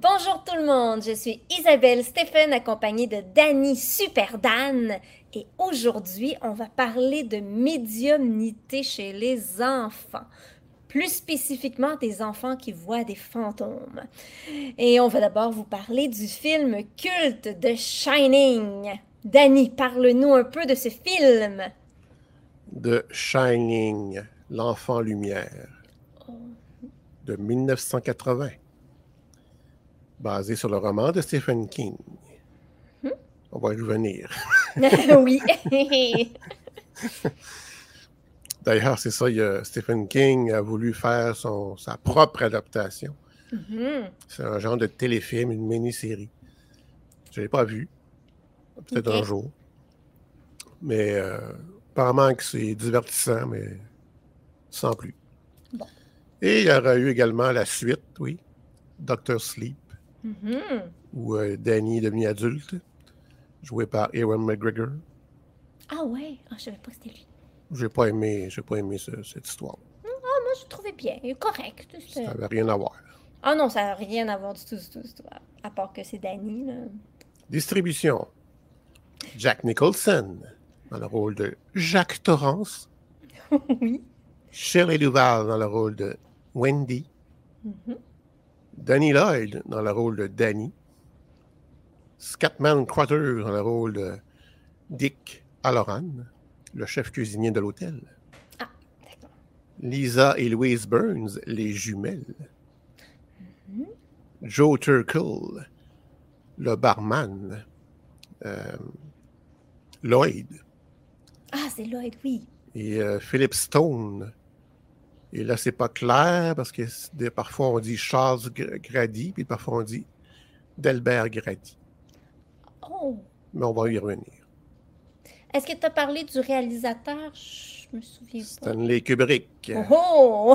Bonjour tout le monde, je suis Isabelle Stéphane accompagnée de Dani Super Dan et aujourd'hui on va parler de médiumnité chez les enfants, plus spécifiquement des enfants qui voient des fantômes. Et on va d'abord vous parler du film culte The Shining. Dani, parle-nous un peu de ce film. The Shining, l'enfant lumière, de 1980. Basé sur le roman de Stephen King. On va y revenir. Oui. D'ailleurs, c'est ça, Stephen King a voulu faire sa propre adaptation. C'est un genre de téléfilm, une mini-série. Je ne l'ai pas vu. Peut-être un jour. Mais apparemment que c'est divertissant, mais sans plus. Bon. Et il y aura eu également la suite, oui, Dr. Sleep. Où Danny est devenu adulte, joué par Ewan McGregor. Ah ouais, je savais pas que c'était lui. J'ai pas aimé cette histoire. Moi je trouvais bien, correct. Ça n'avait rien à voir. Ah non, ça n'a rien à voir du tout, à part que c'est Danny. Là. Distribution. Jack Nicholson, dans le rôle de Jacques Torrance. Oui. Shirley Duvall, dans le rôle de Wendy. Danny Lloyd dans le rôle de Danny. Scatman Crothers dans le rôle de Dick Halloran, le chef cuisinier de l'hôtel. Ah, d'accord. Lisa et Louise Burns, les jumelles. Joe Turkel, le barman. Lloyd. Ah, c'est Lloyd, oui. Et Philip Stone. Et là, c'est pas clair parce que parfois on dit Charles Grady, puis parfois on dit Delbert Grady. Oh! Mais on va y revenir. Est-ce que tu as parlé du réalisateur? Je me souviens pas. Stanley Kubrick. Oh!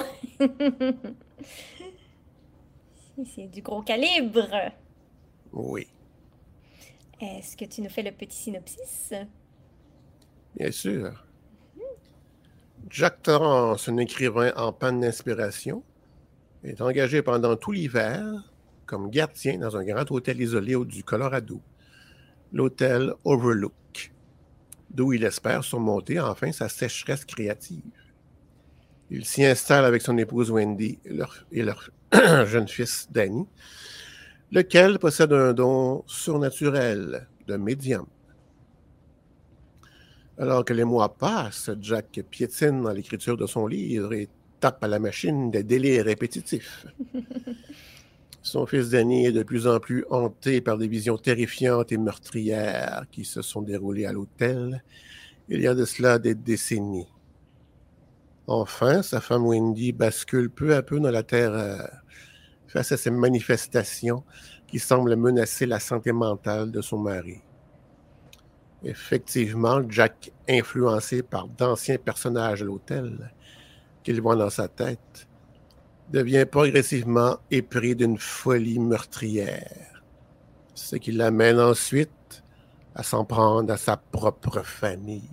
C'est du gros calibre. Oui. Est-ce que tu nous fais le petit synopsis? Bien sûr. Jack Torrance, un écrivain en panne d'inspiration, est engagé pendant tout l'hiver comme gardien dans un grand hôtel isolé du Colorado, l'hôtel Overlook, d'où il espère surmonter enfin sa sécheresse créative. Il s'y installe avec son épouse Wendy et leur jeune fils Danny, lequel possède un don surnaturel de médium. Alors que les mois passent, Jack piétine dans l'écriture de son livre et tape à la machine des délires répétitifs. Son fils Danny est de plus en plus hanté par des visions terrifiantes et meurtrières qui se sont déroulées à l'hôtel il y a de cela des décennies. Enfin, sa femme Wendy bascule peu à peu dans la terreur face à ces manifestations qui semblent menacer la santé mentale de son mari. Effectivement, Jack, influencé par d'anciens personnages à l'hôtel qu'il voit dans sa tête, devient progressivement épris d'une folie meurtrière, ce qui l'amène ensuite à s'en prendre à sa propre famille.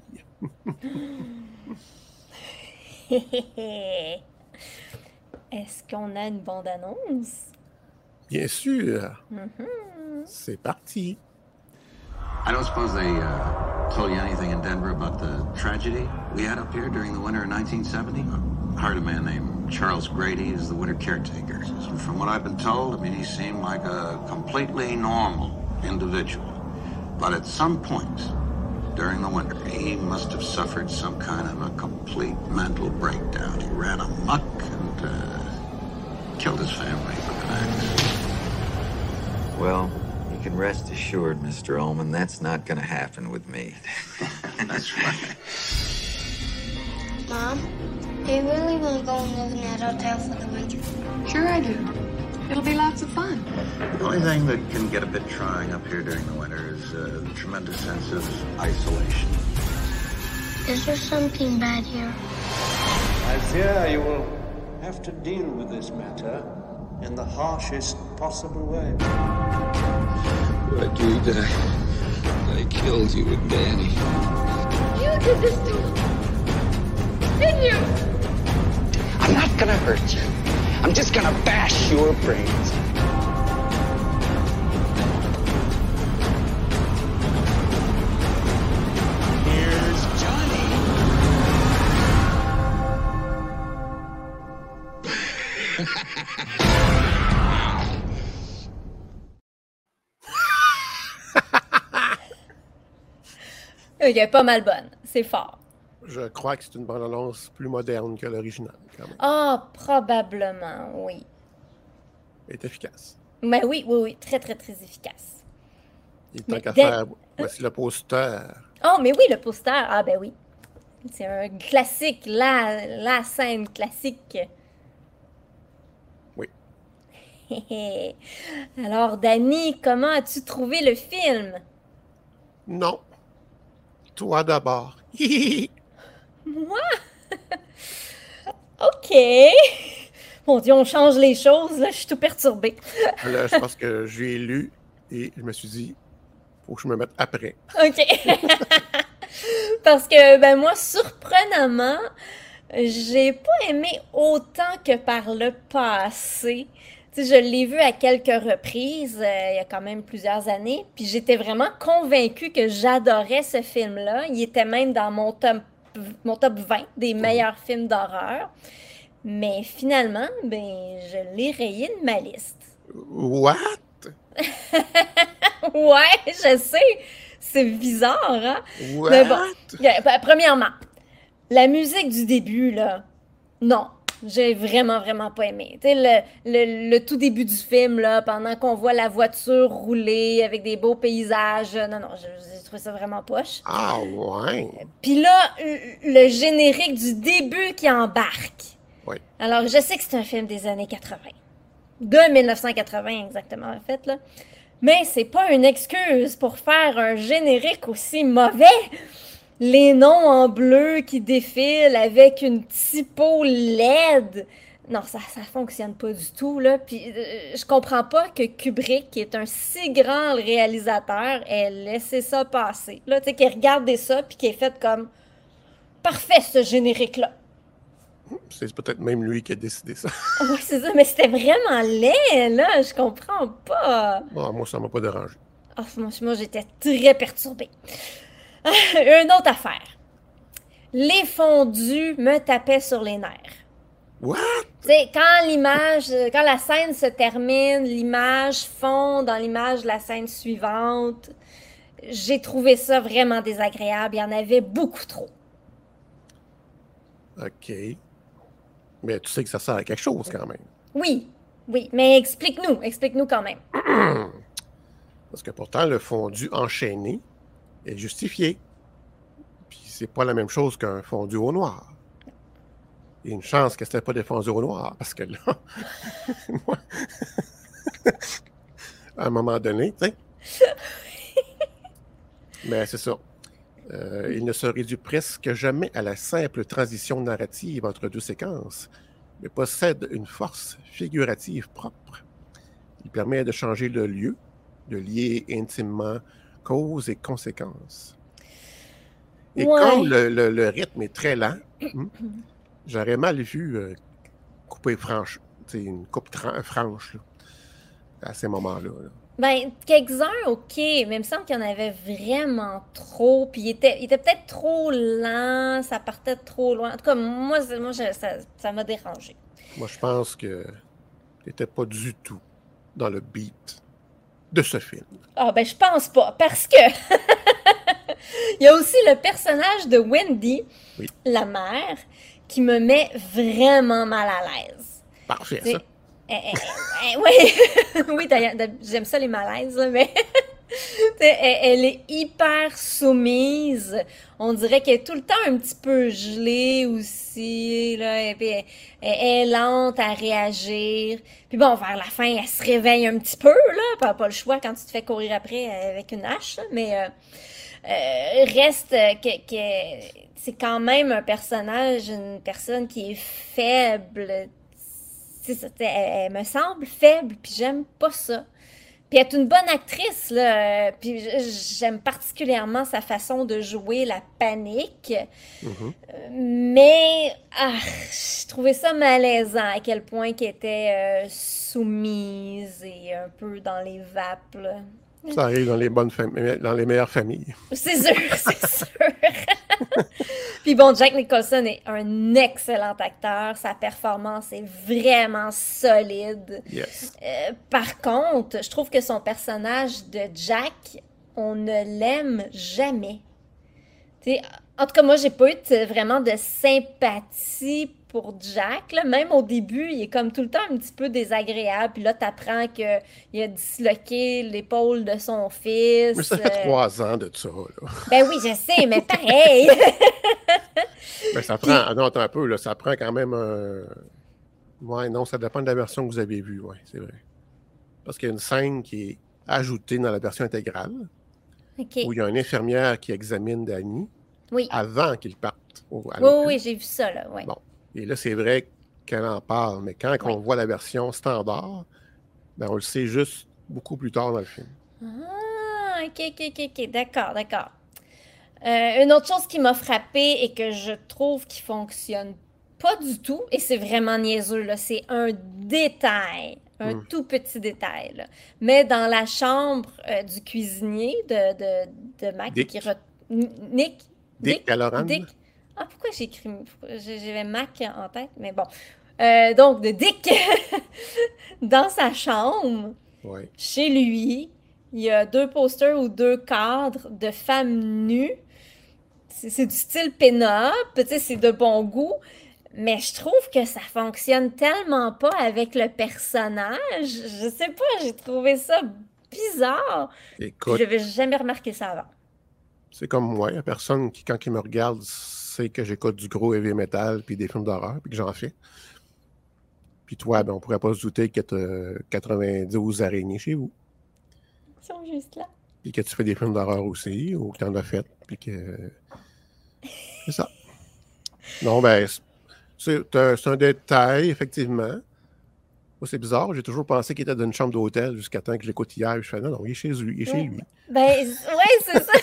Est-ce qu'on a une bande-annonce? Bien sûr. C'est parti. I don't suppose they told you anything in Denver about the tragedy we had up here during the winter of 1970? I hired a man named Charles Grady as the winter caretaker. From what I've been told, he seemed like a completely normal individual. But at some point during the winter, he must have suffered some kind of a complete mental breakdown. He ran amok and killed his family with an axe. Well, you can rest assured, Mr. Ullman, that's not going to happen with me. That's right. Mom, do you really want to go and live in that hotel for the winter? Sure I do. It'll be lots of fun. The only thing that can get a bit trying up here during the winter is the tremendous sense of isolation. Is there something bad here? I fear you will have to deal with this matter in the harshest possible way. I agreed that I killed you and Danny. You did this to him. Didn't you? I'm not gonna hurt you. I'm just gonna bash your brains. Elle est pas mal bonne. C'est fort. Je crois que c'est une bande-annonce plus moderne que l'original, quand même. Ah, probablement, oui. Elle est efficace. Mais oui. Très, très, très efficace. Il est temps qu'à faire... Voici le poster. Oh, mais oui, le poster. Ah, ben oui. C'est un classique, la scène classique. Oui. Alors, Dani, comment as-tu trouvé le film? Non. Toi d'abord. Moi? OK. Mon Dieu, on change les choses, là. Je suis tout perturbée. Là, je pense que j'ai lu et je me suis dit, faut que je me mette après. OK. Parce que, ben moi, surprenamment, j'ai pas aimé autant que par le passé. Tu sais, je l'ai vu à quelques reprises, il y a quand même plusieurs années, puis j'étais vraiment convaincue que j'adorais ce film-là. Il était même dans mon top 20 des meilleurs films d'horreur. Mais finalement, ben, je l'ai rayé de ma liste. What? Ouais, je sais. C'est bizarre, hein? What? Mais bon, premièrement, la musique du début, là, non, j'ai vraiment, vraiment pas aimé. Tu sais, le tout début du film, là, pendant qu'on voit la voiture rouler avec des beaux paysages, non, j'ai trouvé ça vraiment poche. Ah, ouais. Puis là, le générique du début qui embarque. Oui. Alors, je sais que c'est un film des années 80. De 1980, exactement, en fait, là. Mais c'est pas une excuse pour faire un générique aussi mauvais. Les noms en bleu qui défilent avec une typo LED. Non, ça fonctionne pas du tout, là. Puis je comprends pas que Kubrick, qui est un si grand réalisateur, ait laissé ça passer. Là, tu sais, qu'il regardait ça puis qu'il ait fait comme... Parfait, ce générique-là. C'est peut-être même lui qui a décidé ça. Oui, c'est ça, mais c'était vraiment laid, là. Je comprends pas. Bon, moi, ça m'a pas dérangé. Oh, moi, j'étais très perturbée. Une autre affaire. Les fondus me tapaient sur les nerfs. What? Tu sais, quand la scène se termine, l'image fond dans l'image de la scène suivante. J'ai trouvé ça vraiment désagréable. Il y en avait beaucoup trop. OK. Mais tu sais que ça sert à quelque chose, quand même. Oui, mais explique-nous quand même. Parce que pourtant, le fondu enchaîné est justifié. Puis c'est pas la même chose qu'un fondu au noir. Il y a une chance que c'était pas des fondus au noir, parce que là, moi, à un moment donné, tu sais. Mais c'est ça. Il ne se réduit presque jamais à la simple transition narrative entre deux séquences, mais possède une force figurative propre. Il permet de changer le lieu, de lier intimement cause et conséquences. Et comme le rythme est très lent, j'aurais mal vu couper franche, une coupe franche là, à ces moments-là. Là. Ben, quelques-uns, OK, mais il me semble qu'il y en avait vraiment trop, puis il était peut-être trop lent, ça partait trop loin. En tout cas, moi ça m'a dérangé. Moi, je pense que n'était pas du tout dans le beat de ce film. Ah, ben, je pense pas, parce que il y a aussi le personnage de Wendy, la mère, qui me met vraiment mal à l'aise. Parfait, ça. Oui, j'aime ça les malaises, là, mais elle est hyper soumise. On dirait qu'elle est tout le temps un petit peu gelée aussi, là, et puis elle est lente à réagir. Puis bon, vers la fin, elle se réveille un petit peu, là, pas le choix quand tu te fais courir après avec une hache, là, mais reste que c'est quand même un personnage, une personne qui est faible. Elle me semble faible, puis j'aime pas ça. Puis elle est une bonne actrice, là, puis j'aime particulièrement sa façon de jouer la panique. Mais je trouvais ça malaisant à quel point qu'elle était soumise et un peu dans les vapes, là. Ça arrive dans les dans les meilleures familles. C'est sûr, c'est sûr. Puis bon, Jack Nicholson est un excellent acteur. Sa performance est vraiment solide. Yes. Par contre, je trouve que son personnage de Jack, on ne l'aime jamais. T'sais, en tout cas, moi, j'ai pas eu vraiment de sympathie pour Jack, là. Même au début, il est comme tout le temps un petit peu désagréable. Puis là, t'apprends qu'il a disloqué l'épaule de son Mais fils. ça fait 3 ans de ça, là. Ben oui, je sais, mais pareil. Ben, ça Puis, prend... Non, attends un peu, là. Ça prend quand même un... Ouais, non, ça dépend de la version que vous avez vue, ouais, c'est vrai. Parce qu'il y a une scène qui est ajoutée dans la version intégrale, OK. où il y a une infirmière qui examine Danny Oui. avant qu'il parte à Oui, l'hôtel. oui, j'ai vu ça, là. Ouais. Bon. Et là, c'est vrai qu'elle en parle, mais quand Oui. on voit la version standard, ben, on le sait juste beaucoup plus tard dans le film. Ah, ok. D'accord. Une autre chose qui m'a frappée et que je trouve qui fonctionne pas du tout, et c'est vraiment niaiseux, là, c'est un détail, un tout petit détail, là. Mais dans la chambre du cuisinier de Mac, Dick. Nick? Dick Halloran. Dick? Ah, pourquoi j'avais Mac en tête, mais bon. Donc, de Dick, dans sa chambre, Ouais. chez lui, il y a 2 posters ou 2 cadres de femmes nues. C'est du style pin-up, tu sais, c'est de bon goût, mais je trouve que ça fonctionne tellement pas avec le personnage. Je sais pas, j'ai trouvé ça bizarre. Puis Écoute, j'avais jamais remarqué ça avant. c'est comme moi, il n'y a personne qui, quand il me regarde, sait que j'écoute du gros heavy metal puis des films d'horreur, puis que j'en fais. Puis toi, ben, on pourrait pas se douter que tu as 92 araignées chez vous. Ils sont juste là. Puis que tu fais des films d'horreur aussi, ou que tu en as fait, puis que... C'est ça. Non, ben, c'est un détail, effectivement. Moi, c'est bizarre, j'ai toujours pensé qu'il était dans une chambre d'hôtel jusqu'à temps que je l'écoute hier. Je fais, non, il est chez lui, il est chez lui. Ben, ouais, c'est ça.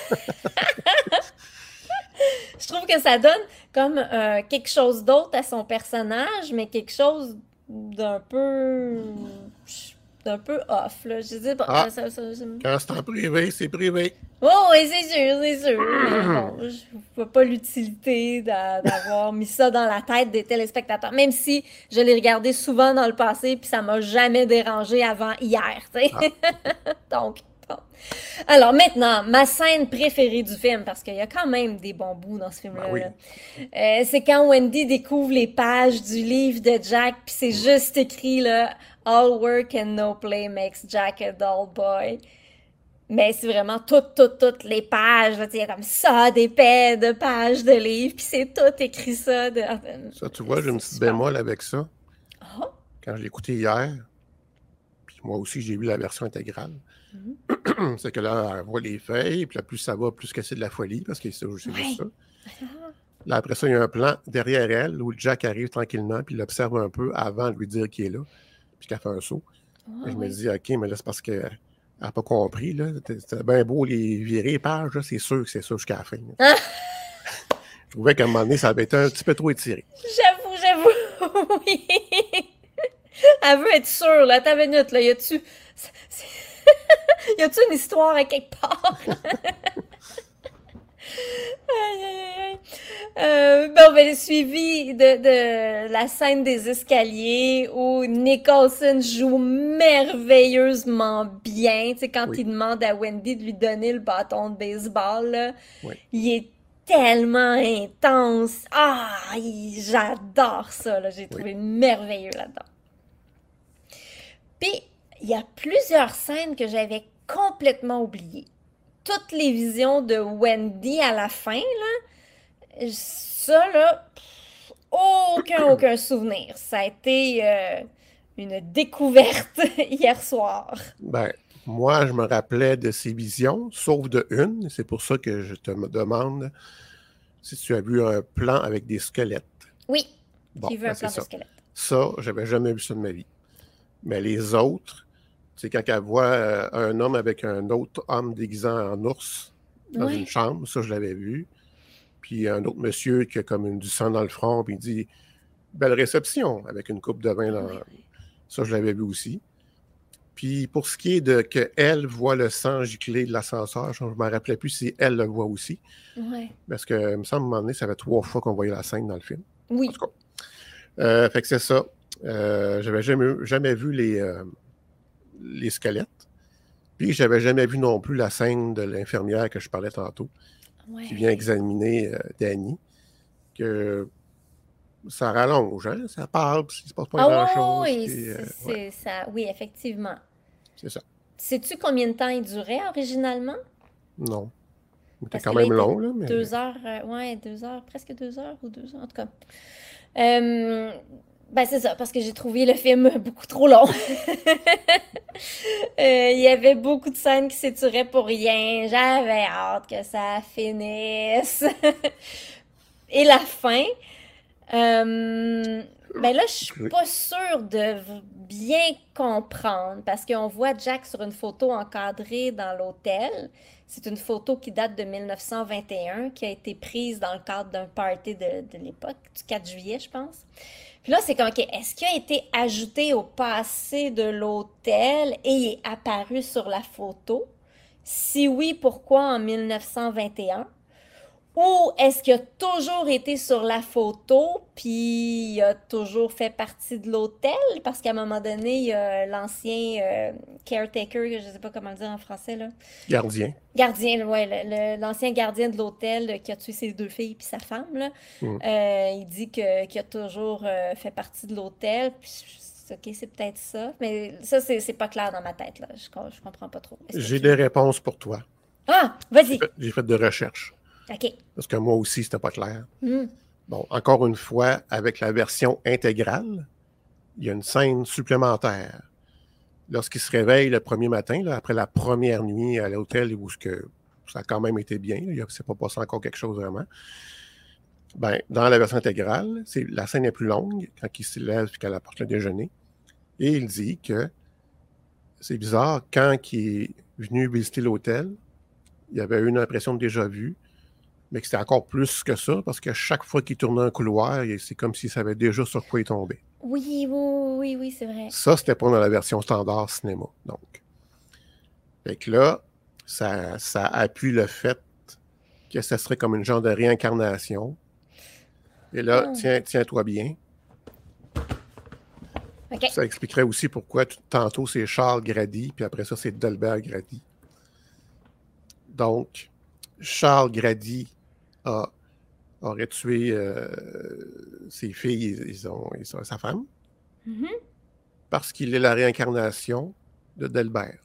Je trouve que ça donne comme quelque chose d'autre à son personnage, mais quelque chose d'un peu off, là. Je dis, bon, Ah. Quand c'est en privé, c'est privé. Oh, oui, c'est sûr. Bon, je vois pas l'utilité d'avoir mis ça dans la tête des téléspectateurs, même si je l'ai regardé souvent dans le passé, puis ça m'a jamais dérangé avant hier, tu sais. Donc, bon. Alors maintenant, ma scène préférée du film, parce qu'il y a quand même des bons bouts dans ce film-là, Ben oui. là. C'est quand Wendy découvre les pages du livre de Jack, puis c'est juste écrit, là, « All work and no play makes Jack a dull boy ». Mais c'est vraiment toutes les pages, là, il y a comme ça, des paix de pages de livres, puis c'est tout écrit ça. Ça, tu vois, j'ai une petite super. bémol avec ça. Ah. Quand je l'ai écouté hier, puis moi aussi, j'ai vu la version intégrale. C'est que là, elle voit les feuilles, puis là, plus ça va, plus que c'est de la folie, parce que c'est juste ça. Là, après ça, il y a un plan derrière elle où Jack arrive tranquillement, puis il l'observe un peu avant de lui dire qu'il est là, puis qu'elle fait un saut. Et je me dis, OK, mais là, c'est parce qu'elle n'a pas compris. Là. C'était bien beau les virer les pages, là, c'est sûr que c'est ça jusqu'à la fin. Je trouvais qu'à un moment donné, ça avait été un petit peu trop étiré. J'avoue, oui. Elle veut être sûre, là. Ta minute, là. Y a-tu une histoire à quelque part? Bon, ben, suivi de la scène des escaliers où Nicholson joue merveilleusement bien. Tu sais, quand il demande à Wendy de lui donner le bâton de baseball, là, il est tellement intense. Ah, j'adore ça, là. J'ai trouvé merveilleux là-dedans. Puis, il y a plusieurs scènes que j'avais complètement oubliées. Toutes les visions de Wendy à la fin, là, ça, là, aucun souvenir. Ça a été une découverte hier soir. Ben, moi, je me rappelais de ces visions, sauf de une. C'est pour ça que je te demande si tu as vu un plan avec des squelettes. Oui, bon, j'ai vu un plan de squelette. Ça, j'avais jamais vu ça de ma vie. Mais les autres, c'est quand elle voit un homme avec un autre homme déguisé en ours dans une chambre, ça, je l'avais vu. Puis un autre monsieur qui a comme du sang dans le front, puis il dit « Belle réception » avec une coupe de vin. Dans... Ça, je l'avais vu aussi. Puis pour ce qui est de qu'elle voit le sang gicler de l'ascenseur, je ne me rappelais plus si elle le voit aussi. Parce que, il me semble, à un moment donné, ça fait 3 fois qu'on voyait la scène dans le film. Oui. En tout cas. Fait que c'est ça. J'avais jamais vu les squelettes. Puis j'avais jamais vu non plus la scène de l'infirmière que je parlais tantôt. qui vient examiner Danny, que ça rallonge, hein? Ça parle, puis il se passe pas grand-chose. Oui, ça, oui, effectivement. C'est ça. Sais-tu combien de temps il durait originalement? Non. C'était Parce quand que là, même il long, était là. Mais... 2 heures, presque 2 heures ou 2 heures, en tout cas. Ben c'est ça, parce que j'ai trouvé le film beaucoup trop long. Il y avait beaucoup de scènes qui s'étiraient pour rien. J'avais hâte que ça finisse. Et la fin, ben là, je suis pas sûre de bien comprendre parce qu'on voit Jack sur une photo encadrée dans l'hôtel. C'est une photo qui date de 1921, qui a été prise dans le cadre d'un party de l'époque, du 4 juillet, je pense. Puis là, c'est comme, OK, est-ce qu'il a été ajouté au passé de l'hôtel et il est apparu sur la photo? Si oui, pourquoi en 1921? Ou est-ce qu'il a toujours été sur la photo, puis il a toujours fait partie de l'hôtel? Parce qu'à un moment donné, il y a l'ancien caretaker, je ne sais pas comment le dire en français, là. Gardien. Gardien, ouais, l'ancien gardien de l'hôtel qui a tué ses 2 filles puis sa femme, là. Il dit qu'il a toujours fait partie de l'hôtel, puis OK, c'est peut-être ça. Mais ça, c'est pas clair dans ma tête, là. Je comprends pas trop. J'ai des réponses pour toi. Ah, vas-y! J'ai fait de recherches. OK. Parce que moi aussi, c'était pas clair. Bon, encore une fois, avec la version intégrale, il y a une scène supplémentaire. Lorsqu'il se réveille le premier matin, là, après la première nuit à l'hôtel où ça a quand même été bien, il ne s'est pas passé encore quelque chose vraiment, ben, dans la version intégrale, la scène est plus longue quand il se lève et qu'elle apporte le déjeuner. Et il dit que c'est bizarre, quand il est venu visiter l'hôtel, il avait eu une impression de déjà-vu, mais que c'était encore plus que ça, parce que chaque fois qu'il tournait un couloir, c'est comme s'il savait déjà sur quoi il tombait. Oui, c'est vrai. Ça, c'était pas dans la version standard cinéma, donc. Fait que là, ça appuie le fait que ça serait comme une genre de réincarnation. Et là, tiens-toi bien. Okay. Ça expliquerait aussi pourquoi tantôt c'est Charles Grady, puis après ça, c'est Delbert Grady. Donc, Charles Grady aurait tué ses filles et sa femme parce qu'il est la réincarnation de Delbert.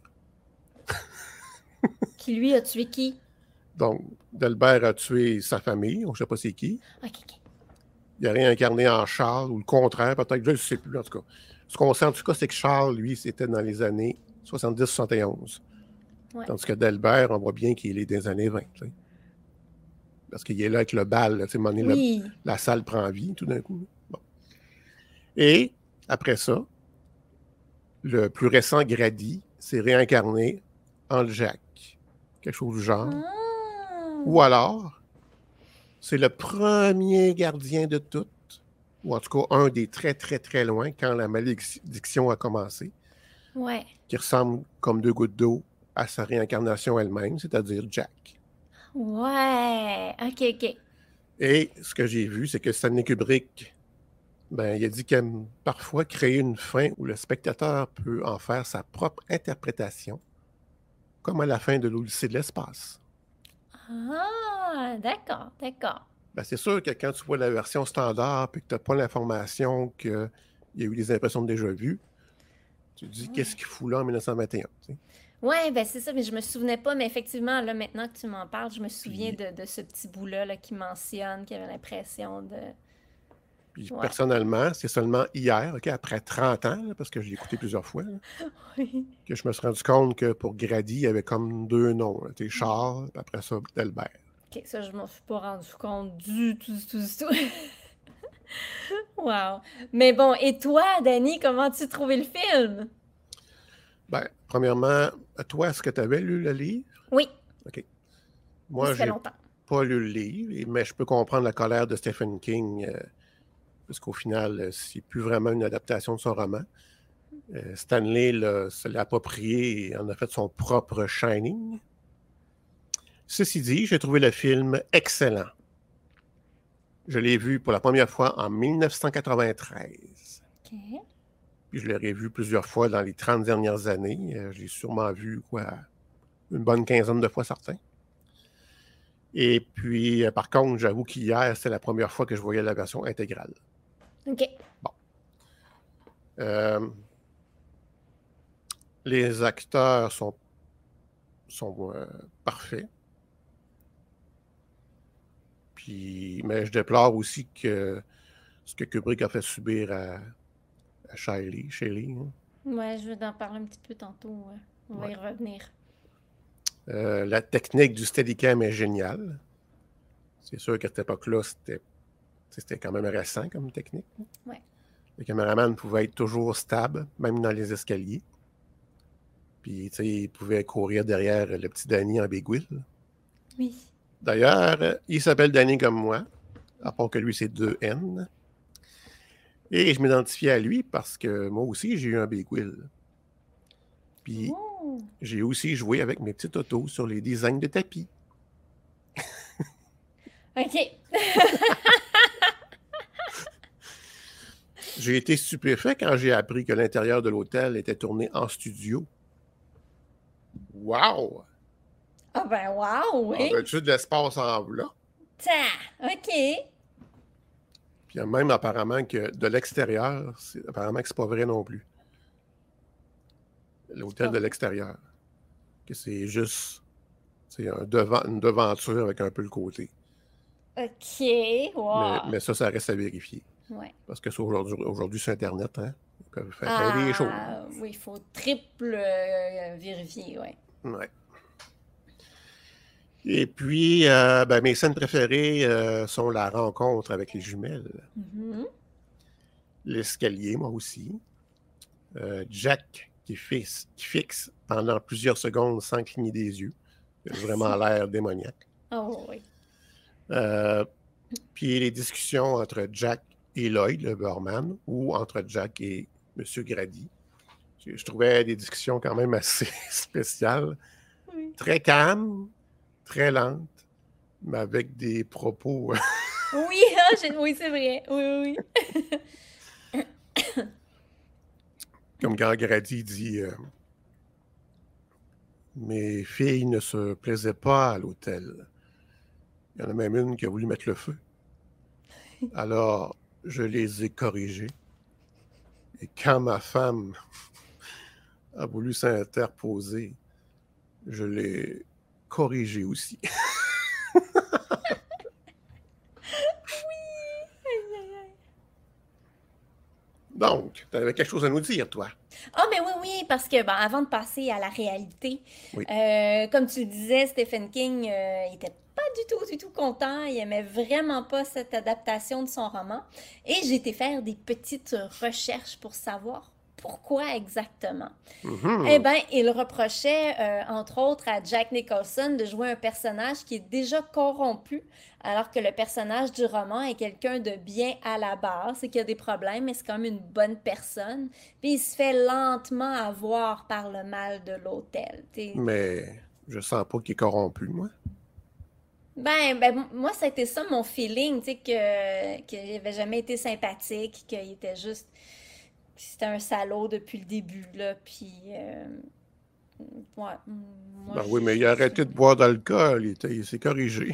Qui, lui, a tué qui? Donc, Delbert a tué sa famille, on ne sait pas c'est qui. OK. Il a réincarné en Charles, ou le contraire, peut-être, je ne sais plus, en tout cas. Ce qu'on sait, en tout cas, c'est que Charles, lui, c'était dans les années 70-71. Ouais. Tandis que Delbert, on voit bien qu'il est des années 20. T'sais. Parce qu'il est là avec le bal. Là, oui. La salle prend vie tout d'un coup. Bon. Et après ça, le plus récent Grady s'est réincarné en Jack. Quelque chose du genre. Ou alors, c'est le premier gardien de toutes, ou en tout cas un des très, très, très loin quand la malédiction a commencé. Ouais. Qui ressemble comme 2 gouttes d'eau à sa réincarnation elle-même, c'est-à-dire Jack. Ouais, OK. Et ce que j'ai vu, c'est que Stanley Kubrick, ben, il a dit qu'il aime parfois créer une fin où le spectateur peut en faire sa propre interprétation, comme à la fin de l'Odyssée de l'espace. Ah, d'accord. Ben, c'est sûr que quand tu vois la version standard et que tu n'as pas l'information qu'il y a eu des impressions de déjà-vu, tu te dis, qu'est-ce qu'il fout là en 1921? T'sais? Oui, ben c'est ça, mais je me souvenais pas. Mais effectivement, là, maintenant que tu m'en parles, je me souviens de ce petit bout-là là, qui mentionne qu'il avait l'impression de... Puis personnellement, c'est seulement hier, okay, après 30 ans, là, parce que je l'ai écouté plusieurs fois, là, que je me suis rendu compte que pour Grady, il y avait comme 2 noms. C'était Charles, puis après ça, Delbert. OK, ça, je m'en suis pas rendu compte du tout. Wow! Mais bon, et toi, Danny, comment as-tu trouvé le film? Ben, premièrement, toi, est-ce que tu avais lu le livre? Oui. OK. Moi, ça fait longtemps. Pas lu le livre, mais je peux comprendre la colère de Stephen King, parce qu'au final, c'est plus vraiment une adaptation de son roman. Stanley se l'a approprié et en a fait son propre Shining. Ceci dit, j'ai trouvé le film excellent. Je l'ai vu pour la première fois en 1993. OK. Puis je l'ai revu plusieurs fois dans les 30 dernières années. Je l'ai sûrement vu, une bonne quinzaine de fois, certains. Et puis, par contre, j'avoue qu'hier, c'était la première fois que je voyais la version intégrale. OK. Bon. Les acteurs sont parfaits. Puis, mais je déplore aussi que ce que Kubrick a fait subir à Shelley. Hein. Ouais, je vais en parler un petit peu tantôt. Ouais. On va y revenir. La technique du Steadicam est géniale. C'est sûr qu'à cette époque-là, c'était quand même récent comme technique. Ouais. Le caméraman pouvait être toujours stable, même dans les escaliers. Puis, tu sais, il pouvait courir derrière le petit Danny en biguille. Oui. D'ailleurs, il s'appelle Danny comme moi, à part que lui, c'est 2 N. Et je m'identifiais à lui parce que moi aussi, j'ai eu un biguille. Puis, j'ai aussi joué avec mes petits autos sur les designs de tapis. OK. J'ai été stupéfait quand j'ai appris que l'intérieur de l'hôtel était tourné en studio. Wow! Ah ben wow, oui. On a-tu de l'espace en bloc? OK. Puis même apparemment que de l'extérieur, apparemment que c'est pas vrai non plus. L'hôtel de l'extérieur. Que c'est juste une devanture avec un peu le côté. OK. Wow. Mais ça reste à vérifier. Ouais. Parce que aujourd'hui, sur Internet, hein, ils peuvent faire des choses. Oui, il faut triple vérifier, oui. Ouais. Et puis, mes scènes préférées sont la rencontre avec les jumelles. Mm-hmm. L'escalier, moi aussi. Jack qui fixe pendant plusieurs secondes sans cligner des yeux. Il a vraiment l'air démoniaque. Oh oui. Puis les discussions entre Jack et Lloyd, le barman, ou entre Jack et M. Grady. Je trouvais des discussions quand même assez spéciales. Oui. Très calmes, très lentes, mais avec des propos... oui, oui, c'est vrai. Oui. Comme quand Grady dit mes filles ne se plaisaient pas à l'hôtel. Il y en a même une qui a voulu mettre le feu. Alors, je les ai corrigées. Et quand ma femme a voulu s'interposer, je l'ai corrigée aussi. Donc, tu avais quelque chose à nous dire, toi. Ah, mais oui, parce que, avant de passer à la réalité, oui. Comme tu le disais, Stephen King, il était pas du tout content. Il aimait vraiment pas cette adaptation de son roman. Et j'ai été faire des petites recherches pour savoir pourquoi exactement. Mm-hmm. Eh bien, il reprochait, entre autres, à Jack Nicholson de jouer un personnage qui est déjà corrompu, alors que le personnage du roman est quelqu'un de bien à la base, c'est qu'il a des problèmes, mais c'est quand même une bonne personne. Puis il se fait lentement avoir par le mal de l'hôtel. Mais je sens pas qu'il est corrompu, moi. Ben, moi, ça a été ça mon feeling, tu sais, qu'il n'avait jamais été sympathique, qu'il était juste... C'était un salaud depuis le début, là, puis... oui, mais il a arrêté de boire d'alcool, il s'est corrigé.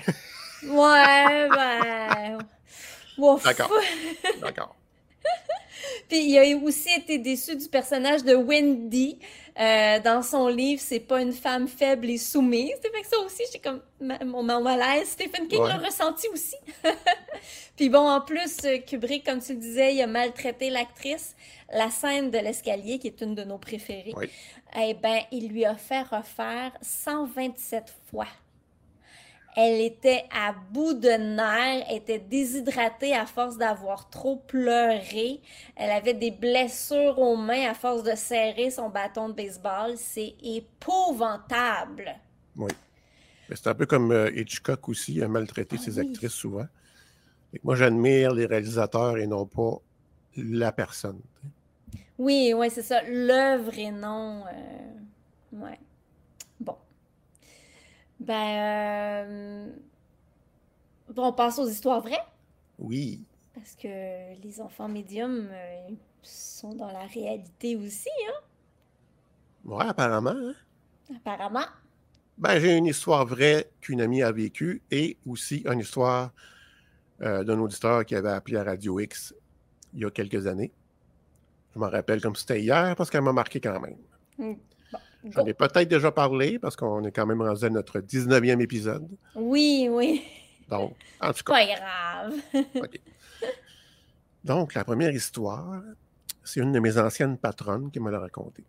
Ouf. D'accord. Puis il a aussi été déçu du personnage de Wendy. Dans son livre, c'est pas une femme faible et soumise. Ça fait que ça aussi, j'ai comme mon malaise. Stephen King l'a ressenti aussi. Puis bon, en plus, Kubrick, comme tu le disais, il a maltraité l'actrice. La scène de l'escalier, qui est une de nos préférées, eh bien, il lui a fait refaire 127 fois. Elle était à bout de nerfs, elle était déshydratée à force d'avoir trop pleuré. Elle avait des blessures aux mains à force de serrer son bâton de baseball. C'est épouvantable. Oui. C'est un peu comme Hitchcock aussi, il a maltraité ses actrices souvent. Et moi, j'admire les réalisateurs et non pas la personne. Oui, c'est ça. L'œuvre et non... Ouais. Bon. On passe aux histoires vraies? Oui. Parce que les enfants médiums sont dans la réalité aussi, hein? Ouais, apparemment. Hein? Apparemment. Ben, j'ai une histoire vraie qu'une amie a vécue et aussi une histoire d'un auditeur qui avait appelé à Radio X il y a quelques années. Je m'en rappelle comme si c'était hier parce qu'elle m'a marqué quand même. Bon, J'en ai peut-être déjà parlé parce qu'on est quand même rendu à notre 19e épisode. Oui, oui. Donc, en tout cas. Pas grave. OK. Donc, la première histoire, c'est une de mes anciennes patronnes qui me l'a racontée.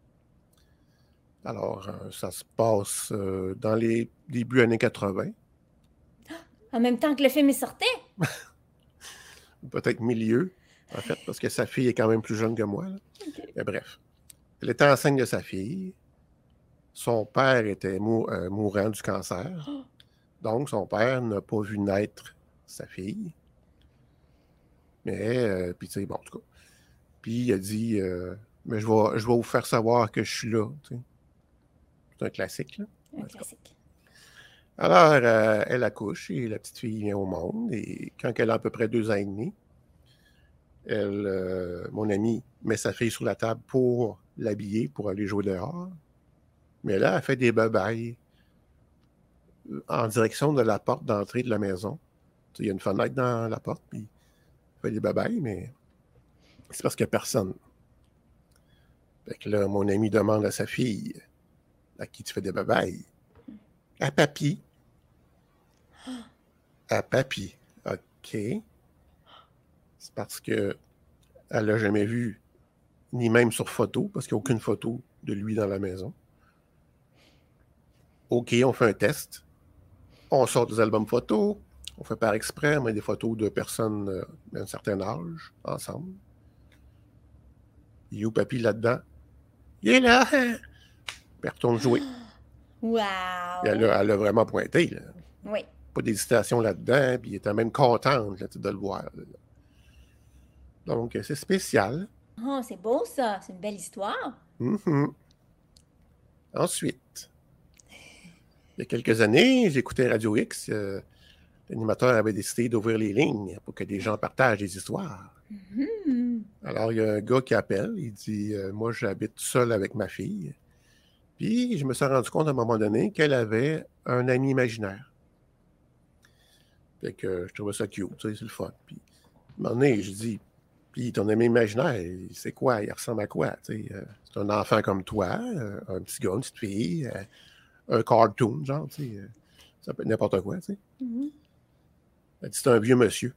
Alors, ça se passe dans les débuts années 80. En même temps que le film est sorti? Peut-être milieu, en fait, parce que sa fille est quand même plus jeune que moi. Là. Okay. Mais bref, elle était enceinte de sa fille. Son père était mourant du cancer. Donc, son père n'a pas vu naître sa fille. Mais, puis tu sais, bon, en tout cas. Puis, il a dit, mais je vais vous faire savoir que je suis là. Tu sais. C'est un classique, là. Un classique. Alors, elle accouche et la petite fille vient au monde. Et quand elle a à peu près 2 ans et demi, mon ami met sa fille sur la table pour l'habiller, pour aller jouer dehors. Mais là, elle fait des babayes en direction de la porte d'entrée de la maison. Tu sais, il y a une fenêtre dans la porte, puis elle fait des babayes, mais c'est parce qu'il n'y a personne. Fait que là, mon ami demande à sa fille, à qui tu fais des babayes? À papy. À papy. OK. C'est parce que elle l'a jamais vu, ni même sur photo, parce qu'il n'y a aucune photo de lui dans la maison. OK, on fait un test. On sort des albums photos. On fait par exprès, on met des photos de personnes d'un certain âge, ensemble. Il est où papy là-dedans? Il est là! Puis elle retourne jouer. Wow! Elle a vraiment pointé, là. Oui. Pas d'hésitation là-dedans, puis il était même contente là, de le voir. Là. Donc, c'est spécial. Oh, c'est beau ça, c'est une belle histoire. Mm-hmm. Ensuite, il y a quelques années, j'écoutais Radio X. L'animateur avait décidé d'ouvrir les lignes pour que des gens partagent des histoires. Mm-hmm. Alors, il y a un gars qui appelle, il dit moi, j'habite seul avec ma fille. Puis, je me suis rendu compte à un moment donné qu'elle avait un ami imaginaire. Fait que je trouvais ça cute, tu sais, c'est le fun. Puis, à un moment donné, je dis, puis ton ami imaginaire, c'est quoi? Il ressemble à quoi? Tu sais, c'est un enfant comme toi, un petit gars, une petite fille, un cartoon, genre, tu sais, ça peut être n'importe quoi, tu sais. Mm-hmm. Elle dit, c'est un vieux monsieur.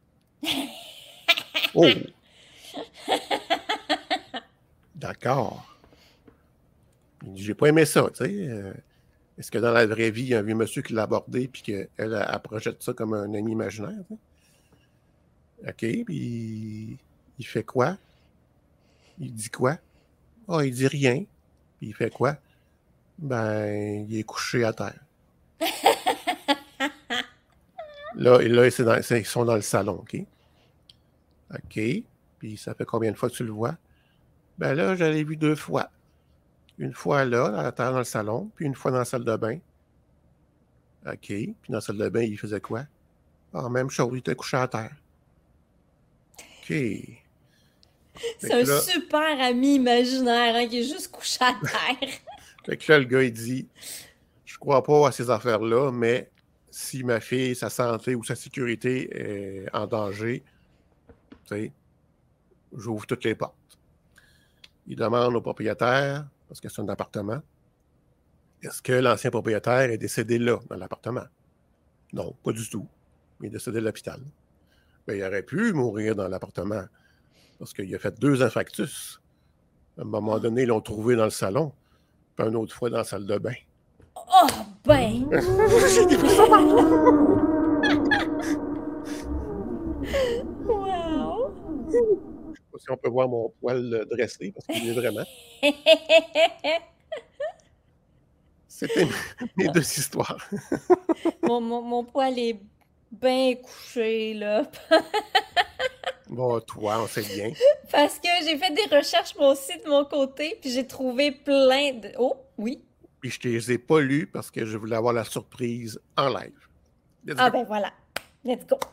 Oh! D'accord. Il dit, j'ai pas aimé ça, tu sais. Est-ce que dans la vraie vie, il y a un vieux monsieur qui l'a abordé puis qu'elle projette ça comme un ami imaginaire? Tu sais? OK, puis il fait quoi? Il dit quoi? Ah, il dit rien. Puis il fait quoi? Ben, il est couché à terre. là ils sont dans le salon, OK? OK, puis ça fait combien de fois que tu le vois? Ben là, je l'ai vu 2 fois. Une fois là, à terre dans le salon, puis une fois dans la salle de bain. OK. Puis dans la salle de bain, il faisait quoi? Ah, même chose, il était couché à terre. OK. C'est un super ami imaginaire, hein, qui est juste couché à terre. Fait que là, le gars, il dit, je crois pas à ces affaires-là, mais si ma fille, sa santé ou sa sécurité est en danger, tu sais, j'ouvre toutes les portes. Il demande au propriétaire, parce que c'est un appartement, est-ce que l'ancien propriétaire est décédé là, dans l'appartement? Non, pas du tout. Il est décédé à l'hôpital. Ben, il aurait pu mourir dans l'appartement, parce qu'il a fait 2 infarctus. À un moment donné, ils l'ont trouvé dans le salon, puis une autre fois dans la salle de bain. Oh, ben! Wow! Je sais pas si on peut voir mon poil dressé, parce qu'il est vraiment. C'était mes 2 histoires. mon poil est bien couché, là. Bon, toi, on sait bien. Parce que j'ai fait des recherches moi aussi de mon côté, puis j'ai trouvé plein de... Oh, oui. Puis je ne les ai pas lus parce que je voulais avoir la surprise en live. Ah ben voilà. Let's go!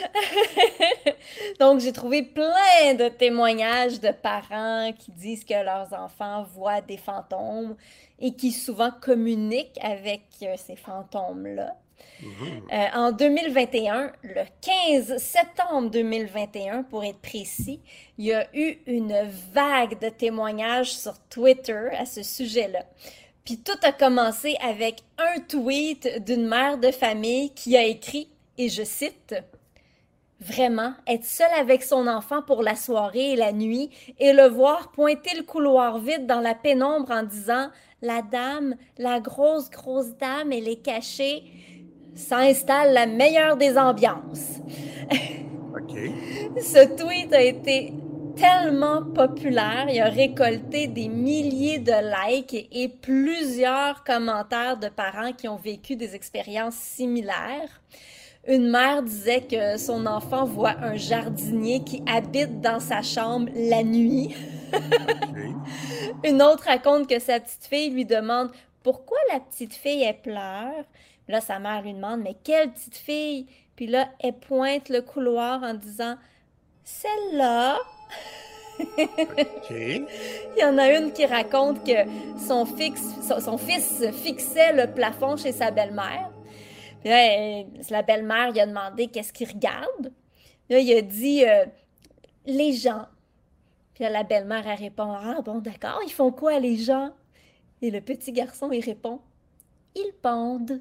Donc, j'ai trouvé plein de témoignages de parents qui disent que leurs enfants voient des fantômes et qui souvent communiquent avec ces fantômes-là. En 2021, le 15 septembre 2021, pour être précis, il y a eu une vague de témoignages sur Twitter à ce sujet-là. Puis tout a commencé avec un tweet d'une mère de famille qui a écrit, et je cite, « Vraiment, être seule avec son enfant pour la soirée et la nuit et le voir pointer le couloir vide dans la pénombre en disant « La dame, la grosse dame, elle est cachée », ça installe la meilleure des ambiances. OK. Ce tweet a été tellement populaire, il a récolté des milliers de likes et plusieurs commentaires de parents qui ont vécu des expériences similaires. Une mère disait que son enfant voit un jardinier qui habite dans sa chambre la nuit. OK. Une autre raconte que sa petite fille lui demande « Pourquoi la petite fille, elle pleure? » Là, sa mère lui demande « Mais quelle petite fille? » Puis là, elle pointe le couloir en disant « Celle-là! » OK. Il y en a une qui raconte que son fils fixait le plafond chez sa belle-mère. Puis là, la belle-mère lui a demandé qu'est-ce qu'il regarde. Là, il a dit les gens. Puis là, la belle-mère elle répond ah bon d'accord, ils font quoi les gens? Et le petit garçon il répond ils pondent.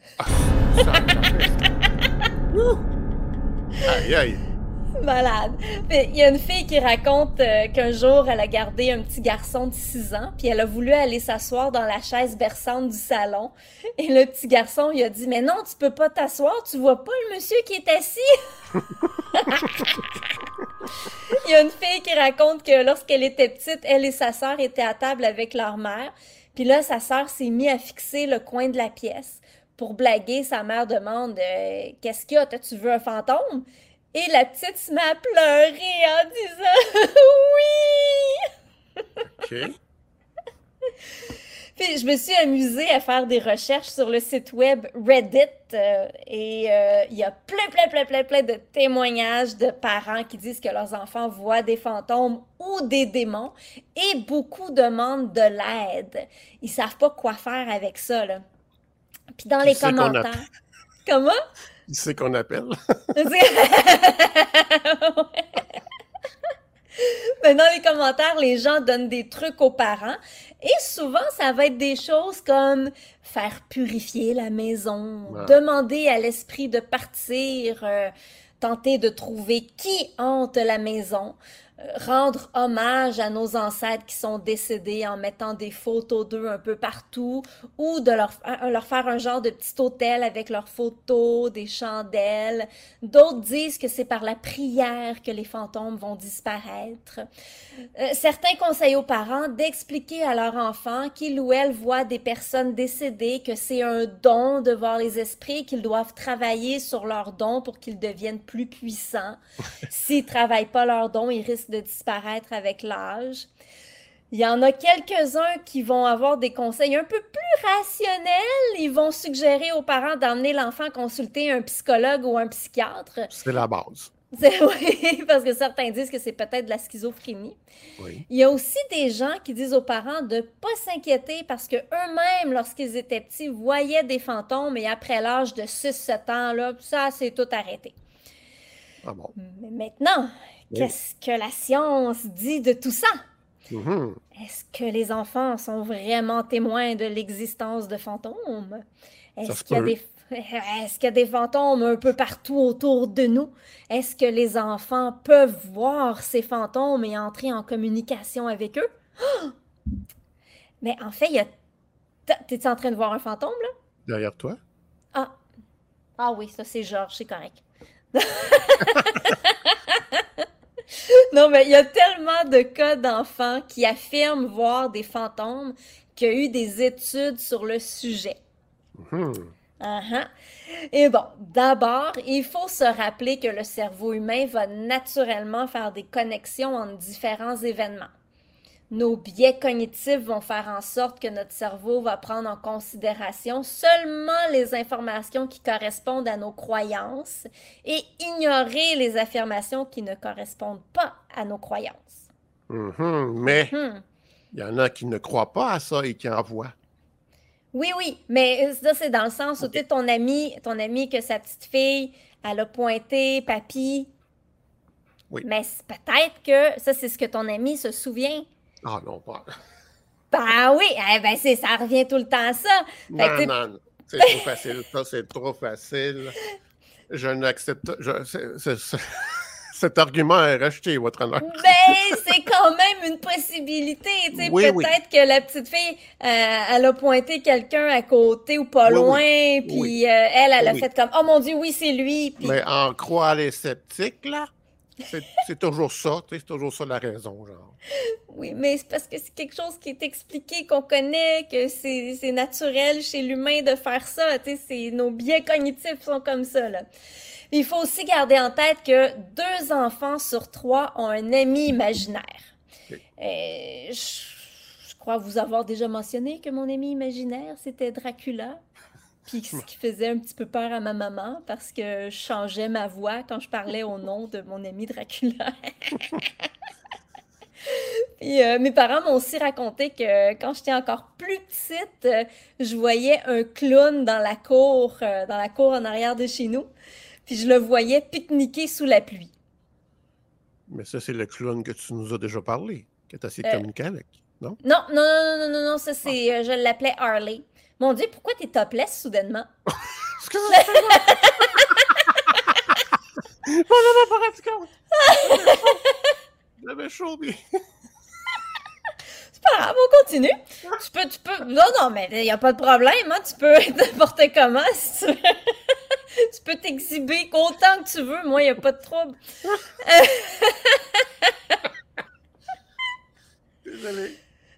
Aïe aïe. Malade. Il y a une fille qui raconte qu'un jour, elle a gardé un petit garçon de 6 ans, puis elle a voulu aller s'asseoir dans la chaise berçante du salon. Et le petit garçon, il a dit « Mais non, tu peux pas t'asseoir, tu vois pas le monsieur qui est assis? » Il y a une fille qui raconte que lorsqu'elle était petite, elle et sa sœur étaient à table avec leur mère. Puis là, sa sœur s'est mise à fixer le coin de la pièce. Pour blaguer, sa mère demande « Qu'est-ce qu'il y a? Tu veux un fantôme? » Et la petite se met à pleurer en disant « Oui! » OK. Puis je me suis amusée à faire des recherches sur le site web Reddit et il y a plein de témoignages de parents qui disent que leurs enfants voient des fantômes ou des démons et beaucoup demandent de l'aide. Ils savent pas quoi faire avec ça, là. Puis dans les commentaires... Comment? Qui c'est qu'on appelle? Mais dans les commentaires, les gens donnent des trucs aux parents et souvent, ça va être des choses comme faire purifier la maison, demander à l'esprit de partir, tenter de trouver qui hante la maison, rendre hommage à nos ancêtres qui sont décédés en mettant des photos d'eux un peu partout ou de leur faire un genre de petit hôtel avec leurs photos, des chandelles. D'autres disent que c'est par la prière que les fantômes vont disparaître. Certains conseillent aux parents d'expliquer à leur enfant qu'ils ou elles voient des personnes décédées, que c'est un don de voir les esprits, qu'ils doivent travailler sur leurs dons pour qu'ils deviennent plus puissants. S'ils ne travaillent pas leurs dons, ils risquent de disparaître avec l'âge. Il y en a quelques-uns qui vont avoir des conseils un peu plus rationnels. Ils vont suggérer aux parents d'emmener l'enfant consulter un psychologue ou un psychiatre. C'est la base. Oui, parce que certains disent que c'est peut-être de la schizophrénie. Oui. Il y a aussi des gens qui disent aux parents de ne pas s'inquiéter parce qu'eux-mêmes, lorsqu'ils étaient petits, voyaient des fantômes et après l'âge de 6-7 ans, là, ça, c'est tout arrêté. Ah bon? Mais maintenant, qu'est-ce que la science dit de tout ça? Mm-hmm. Est-ce que les enfants sont vraiment témoins de l'existence de fantômes? Est-ce qu'il y a des fantômes un peu partout autour de nous? Est-ce que les enfants peuvent voir ces fantômes et entrer en communication avec eux? Oh! Mais en fait, t'es-tu en train de voir un fantôme, là? Derrière toi? Ah oui, ça c'est Georges, c'est correct. Non, mais il y a tellement de cas d'enfants qui affirment voir des fantômes qu'il y a eu des études sur le sujet. Uh-huh. Et bon, d'abord, il faut se rappeler que le cerveau humain va naturellement faire des connexions entre différents événements. Nos biais cognitifs vont faire en sorte que notre cerveau va prendre en considération seulement les informations qui correspondent à nos croyances et ignorer les affirmations qui ne correspondent pas à nos croyances. Mais il y en a qui ne croient pas à ça et qui en voient. Oui, mais ça, c'est dans le sens où tu sais, ton ami que sa petite fille, elle a pointé papy. Oui. Mais peut-être que ça, c'est ce que ton ami se souvient. Ah non, pas. Ben oui, ça revient tout le temps à ça. Non, c'est trop facile. Ça, c'est trop facile. Je n'accepte... Cet argument est rejeté, votre honneur. Ben, c'est quand même une possibilité. Tu sais, peut-être que la petite fille, elle a pointé quelqu'un à côté ou pas loin, puis elle a fait comme « Oh mon Dieu, oui, c'est lui! » Mais en croire les sceptiques, là, c'est toujours ça, c'est toujours ça la raison, genre. Oui, mais c'est parce que c'est quelque chose qui est expliqué, qu'on connaît, que c'est naturel chez l'humain de faire ça. Tu sais, nos biais cognitifs sont comme ça, là. Il faut aussi garder en tête que 2 enfants sur 3 ont un ami imaginaire. Je crois vous avoir déjà mentionné que mon ami imaginaire, c'était Dracula. Puis ce qui faisait un petit peu peur à ma maman parce que je changeais ma voix quand je parlais au nom de mon ami Dracula. Puis mes parents m'ont aussi raconté que quand j'étais encore plus petite, je voyais un clown dans la cour en arrière de chez nous. Puis je le voyais pique-niquer sous la pluie. Mais ça, c'est le clown que tu nous as déjà parlé, que tu as essayé de communiquer avec, non? Non, ça c'est... je l'appelais Harley. Mon Dieu, pourquoi t'es topless soudainement? Excuse-moi! J'en avais pas rendu compte! J'avais chaud, mais... C'est pas grave, on continue. Tu peux... Non, mais il n'y a pas de problème, hein? Tu peux être n'importe comment si tu veux. Tu peux t'exhiber autant que tu veux. Moi, il n'y a pas de trouble. Désolé.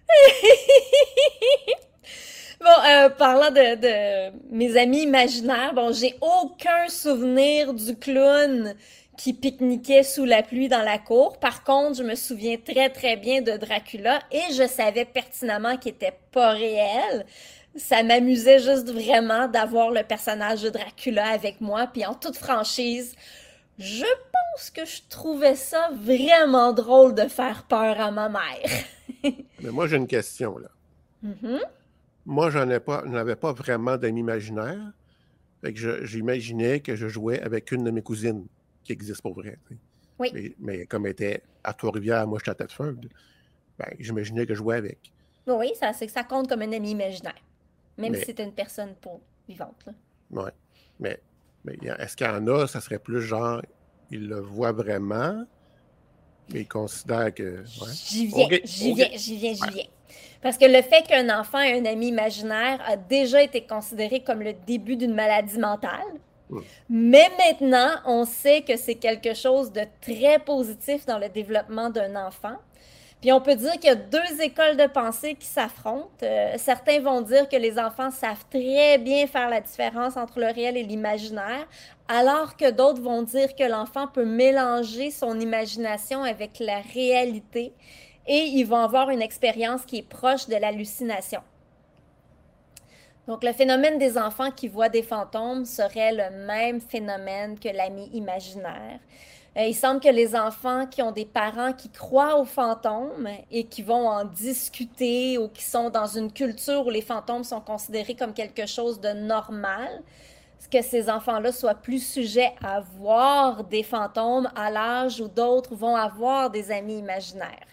Bon, parlant de mes amis imaginaires, bon, j'ai aucun souvenir du clown qui pique-niquait sous la pluie dans la cour. Par contre, je me souviens très, très bien de Dracula et je savais pertinemment qu'il était pas réel. Ça m'amusait juste vraiment d'avoir le personnage de Dracula avec moi. Puis en toute franchise, je pense que je trouvais ça vraiment drôle de faire peur à ma mère. Mais moi, j'ai une question, là. Moi, je n'avais pas vraiment d'amis imaginaires. Fait que j'imaginais que je jouais avec une de mes cousines qui existe pour vrai. Oui. Mais comme elle était à Trois-Rivières, moi, j'étais à Thetford, ben, j'imaginais que je jouais avec. Oui, ça compte comme un ami imaginaire. Même si c'était une personne pas vivante. Oui. Mais est-ce qu'il y en a, ça serait plus genre, ils le voient vraiment, mais ils considèrent que... Ouais. J'y viens. Parce que le fait qu'un enfant ait un ami imaginaire a déjà été considéré comme le début d'une maladie mentale. Mais maintenant, on sait que c'est quelque chose de très positif dans le développement d'un enfant. Puis on peut dire qu'il y a 2 écoles de pensée qui s'affrontent. Certains vont dire que les enfants savent très bien faire la différence entre le réel et l'imaginaire, alors que d'autres vont dire que l'enfant peut mélanger son imagination avec la réalité et ils vont avoir une expérience qui est proche de l'hallucination. Donc, le phénomène des enfants qui voient des fantômes serait le même phénomène que l'ami imaginaire. Il semble que les enfants qui ont des parents qui croient aux fantômes et qui vont en discuter ou qui sont dans une culture où les fantômes sont considérés comme quelque chose de normal, que ces enfants-là soient plus sujets à voir des fantômes à l'âge où d'autres vont avoir des amis imaginaires.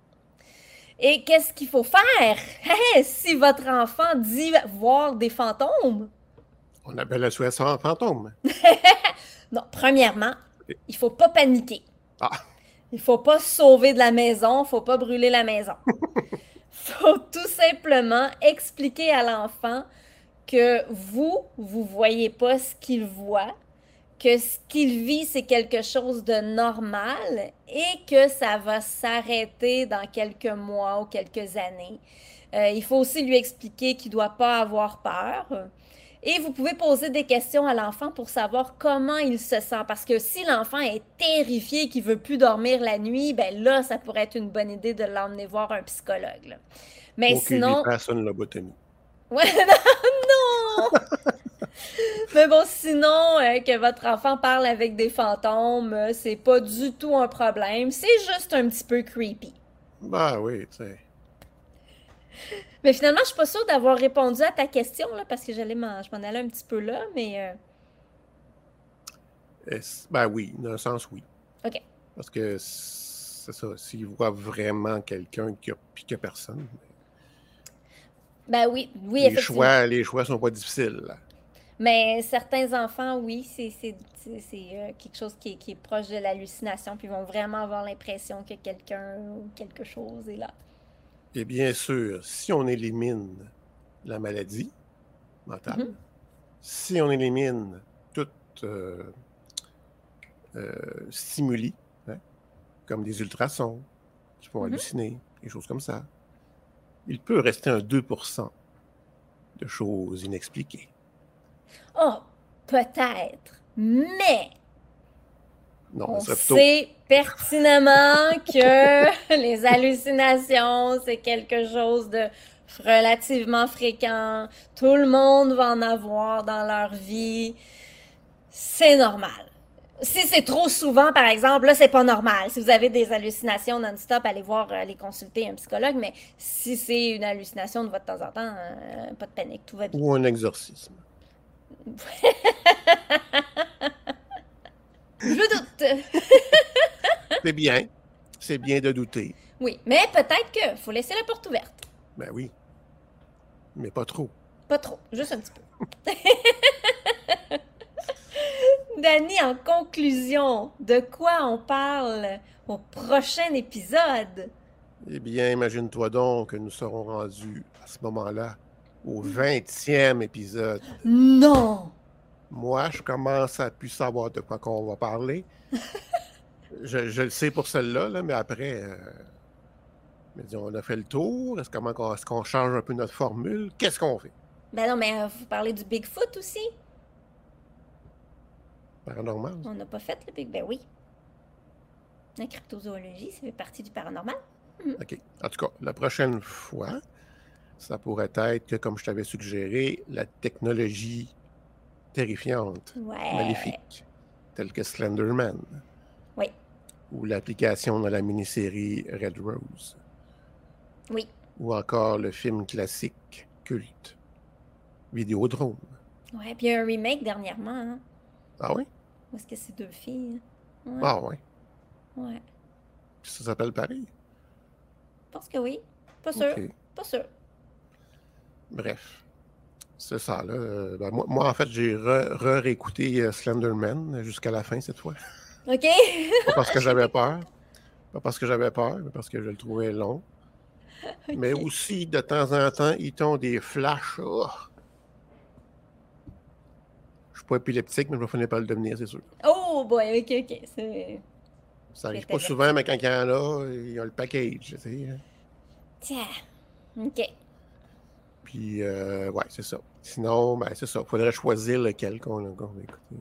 Et qu'est-ce qu'il faut faire si votre enfant dit voir des fantômes? On appelle le souhait sans fantôme. Non, premièrement, il faut pas paniquer. Ah. Il faut pas se sauver de la maison, il faut pas brûler la maison. Faut tout simplement expliquer à l'enfant que vous voyez pas ce qu'il voit, que ce qu'il vit, c'est quelque chose de normal et que ça va s'arrêter dans quelques mois ou quelques années. Il faut aussi lui expliquer qu'il ne doit pas avoir peur. Et vous pouvez poser des questions à l'enfant pour savoir comment il se sent. Parce que si l'enfant est terrifié, qu'il ne veut plus dormir la nuit, ben là, ça pourrait être une bonne idée de l'emmener voir un psychologue, là. Mais sinon... personne lobotomie. Ouais, non! Mais bon, sinon, que votre enfant parle avec des fantômes, c'est pas du tout un problème. C'est juste un petit peu creepy. Ben oui, tu sais. Mais finalement, je suis pas sûre d'avoir répondu à ta question, là, parce que je m'en allais un petit peu là, mais... Ben oui, dans un sens, oui. OK. Parce que c'est ça, s'il voit vraiment quelqu'un qui a personne... Ben oui, effectivement. Les choix sont pas difficiles, là. Mais certains enfants, oui, c'est quelque chose qui est proche de l'hallucination, puis ils vont vraiment avoir l'impression que quelqu'un ou quelque chose est là. Et bien sûr, si on élimine la maladie mentale, si on élimine toute stimuli, hein, comme des ultrasons qui font halluciner, des choses comme ça, il peut rester un 2% de choses inexpliquées. Oh, peut-être, mais non, on sait pertinemment que les hallucinations, c'est quelque chose de relativement fréquent. Tout le monde va en avoir dans leur vie. C'est normal. Si c'est trop souvent, par exemple, là, c'est pas normal. Si vous avez des hallucinations non-stop, allez consulter un psychologue. Mais si c'est une hallucination de votre temps en temps, pas de panique, tout va bien. Ou un exorcisme. Je doute. C'est bien de douter. Oui, mais peut-être qu'il faut laisser la porte ouverte. Ben oui, mais pas trop. Pas trop, juste un petit peu. Dani, en conclusion, de quoi on parle au prochain épisode? Eh bien, imagine-toi donc que nous serons rendus à ce moment-là au 20e épisode. Non! Moi, je commence à plus savoir de quoi qu'on va parler. je le sais pour celle-là, là, mais après, on a fait le tour. Est-ce qu'on change un peu notre formule? Qu'est-ce qu'on fait? Ben non, mais vous parlez du Bigfoot aussi? Paranormal? On n'a pas fait le Big... Ben oui. La cryptozoologie, ça fait partie du paranormal. OK. En tout cas, la prochaine fois, ça pourrait être que, comme je t'avais suggéré, la technologie terrifiante, maléfique, telle que Slenderman. Oui. Ou l'application dans la mini-série Red Rose. Oui. Ou encore le film classique, culte, Vidéodrome. Ouais, puis il y a un remake dernièrement, hein? Ah oui? Ou est-ce que c'est deux filles? Ouais. Ah oui? Ouais. Puis ça s'appelle pareil? Je pense que oui. Pas sûr. Okay. Pas sûr. Bref. C'est ça, là. Ben, moi, en fait, j'ai réécouté Slenderman jusqu'à la fin cette fois. OK. Pas parce que j'avais peur. Pas parce que j'avais peur, mais parce que je le trouvais long. Okay. Mais aussi, de temps en temps, ils t'ont des flashs. Oh. Je suis pas épileptique, mais je ne finis pas le devenir, c'est sûr. Oh boy, OK. Ça arrive pas souvent, mais quand il y en a, il y a le package, tu sais. Tiens. OK. Puis, ouais, c'est ça. Sinon, ben, c'est ça. Il faudrait choisir lequel qu'on va écouter.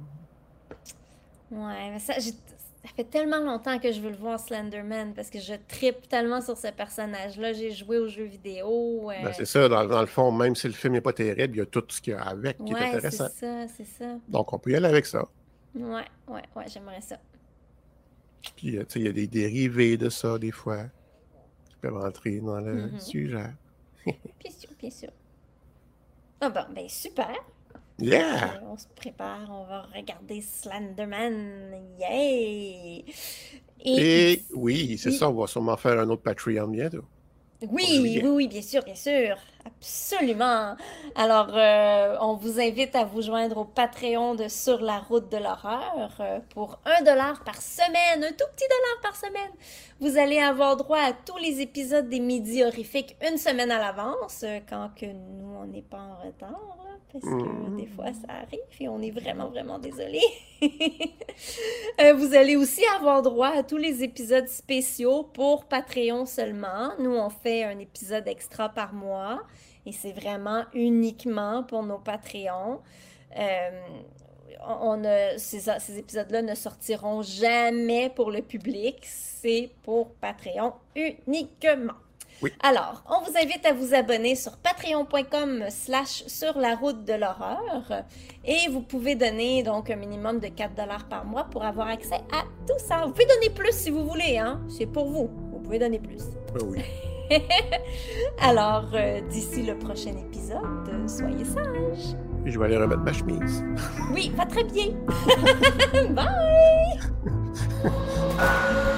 Ouais, mais ça fait tellement longtemps que je veux le voir, Slenderman, parce que je trippe tellement sur ce personnage-là. J'ai joué aux jeux vidéo. Ben, c'est ça. Dans le fond, même si le film n'est pas terrible, il y a tout ce qu'il y a avec qui est intéressant. c'est ça. Donc, on peut y aller avec ça. Ouais, j'aimerais ça. Puis, tu sais, il y a des dérivés de ça, des fois, qui peuvent entrer dans le sujet. Bien sûr. Ah bon, ben super. Yeah! On se prépare, on va regarder Slenderman. Yay! Et oui, c'est ça, on va sûrement faire un autre Patreon bientôt. Oui, bien sûr. Absolument. Alors, on vous invite à vous joindre au Patreon de Sur la route de l'horreur pour 1$ par semaine, un tout petit dollar par semaine. Vous allez avoir droit à tous les épisodes des Midis Horrifiques une semaine à l'avance, quand que nous, on n'est pas en retard, là, parce que des fois, ça arrive et on est vraiment, vraiment désolé. Vous allez aussi avoir droit à tous les épisodes spéciaux pour Patreon seulement. Nous, on fait un épisode extra par mois. Et c'est vraiment uniquement pour nos Patreons. Ces épisodes-là ne sortiront jamais pour le public. C'est pour Patreon uniquement. Oui. Alors, on vous invite à vous abonner sur patreon.com/sur la route de l'horreur. Et vous pouvez donner donc un minimum de 4$ par mois pour avoir accès à tout ça. Vous pouvez donner plus si vous voulez, hein? C'est pour vous. Vous pouvez donner plus. Oui. Alors, d'ici le prochain épisode, soyez sages. Je vais aller remettre ma chemise. Oui, va très bien. Bye!